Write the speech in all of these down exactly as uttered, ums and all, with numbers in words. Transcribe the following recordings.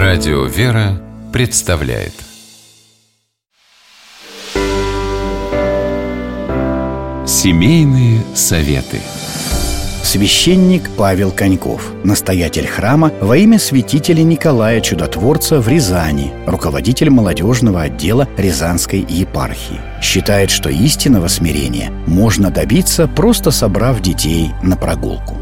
Радио «Вера» представляет Семейные советы. Священник Павел Коньков, настоятель храма во имя святителя Николая Чудотворца в Рязани, руководитель молодежного отдела Рязанской епархии, считает, что истинного смирения можно добиться, просто собрав детей на прогулку.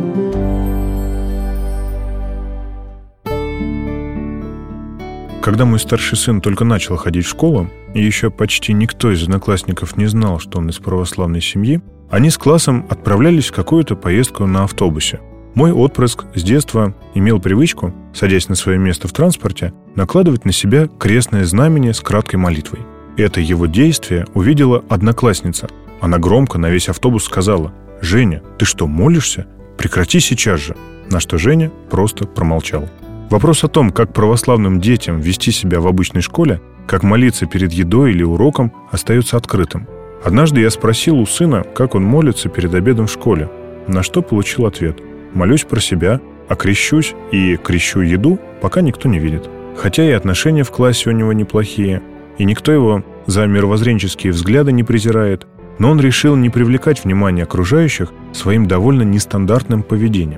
Когда мой старший сын только начал ходить в школу, и еще почти никто из одноклассников не знал, что он из православной семьи, они с классом отправлялись в какую-то поездку на автобусе. Мой отпрыск с детства имел привычку, садясь на свое место в транспорте, накладывать на себя крестное знамение с краткой молитвой. Это его действие увидела одноклассница. Она громко на весь автобус сказала: «Женя, ты что, молишься? Прекрати сейчас же!» На что Женя просто промолчал. Вопрос о том, как православным детям вести себя в обычной школе, как молиться перед едой или уроком, остается открытым. Однажды я спросил у сына, как он молится перед обедом в школе, на что получил ответ: «Молюсь про себя, а крещусь и крещу еду, пока никто не видит». Хотя и отношения в классе у него неплохие, и никто его за мировоззренческие взгляды не презирает, но он решил не привлекать внимание окружающих своим довольно нестандартным поведением.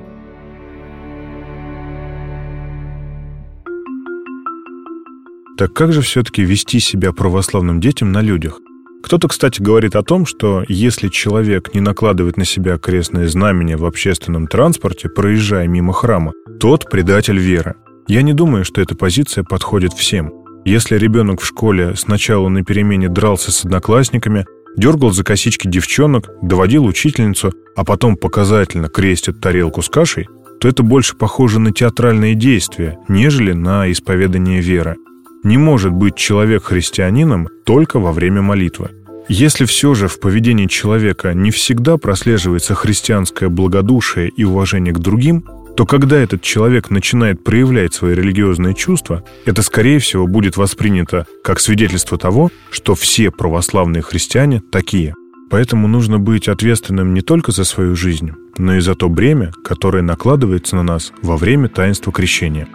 Так как же все-таки вести себя православным детям на людях? Кто-то, кстати, говорит о том, что если человек не накладывает на себя крестное знамение в общественном транспорте, проезжая мимо храма, тот предатель веры. Я не думаю, что эта позиция подходит всем. Если ребенок в школе сначала на перемене дрался с одноклассниками, дергал за косички девчонок, доводил учительницу, а потом показательно крестит тарелку с кашей, то это больше похоже на театральные действия, нежели на исповедание веры. Не может быть человек христианином только во время молитвы. Если все же в поведении человека не всегда прослеживается христианское благодушие и уважение к другим, то когда этот человек начинает проявлять свои религиозные чувства, это, скорее всего, будет воспринято как свидетельство того, что все православные христиане такие. Поэтому нужно быть ответственным не только за свою жизнь, но и за то бремя, которое накладывается на нас во время таинства крещения.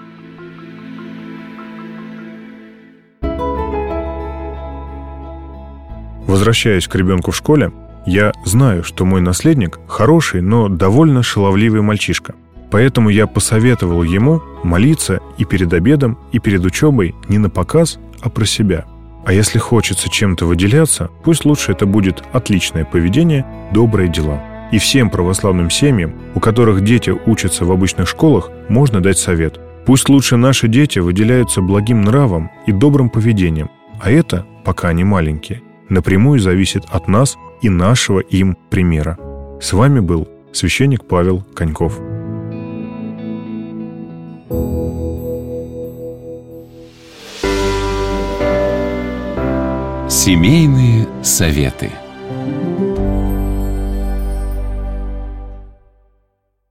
Возвращаясь к ребенку в школе, я знаю, что мой наследник хороший, но довольно шаловливый мальчишка. Поэтому я посоветовал ему молиться и перед обедом, и перед учебой не на показ, а про себя. А если хочется чем-то выделяться, пусть лучше это будет отличное поведение, добрые дела. И всем православным семьям, у которых дети учатся в обычных школах, можно дать совет. Пусть лучше наши дети выделяются благим нравом и добрым поведением. А это, пока они маленькие, напрямую зависит от нас и нашего им примера. С вами был священник Павел Коньков. Семейные советы.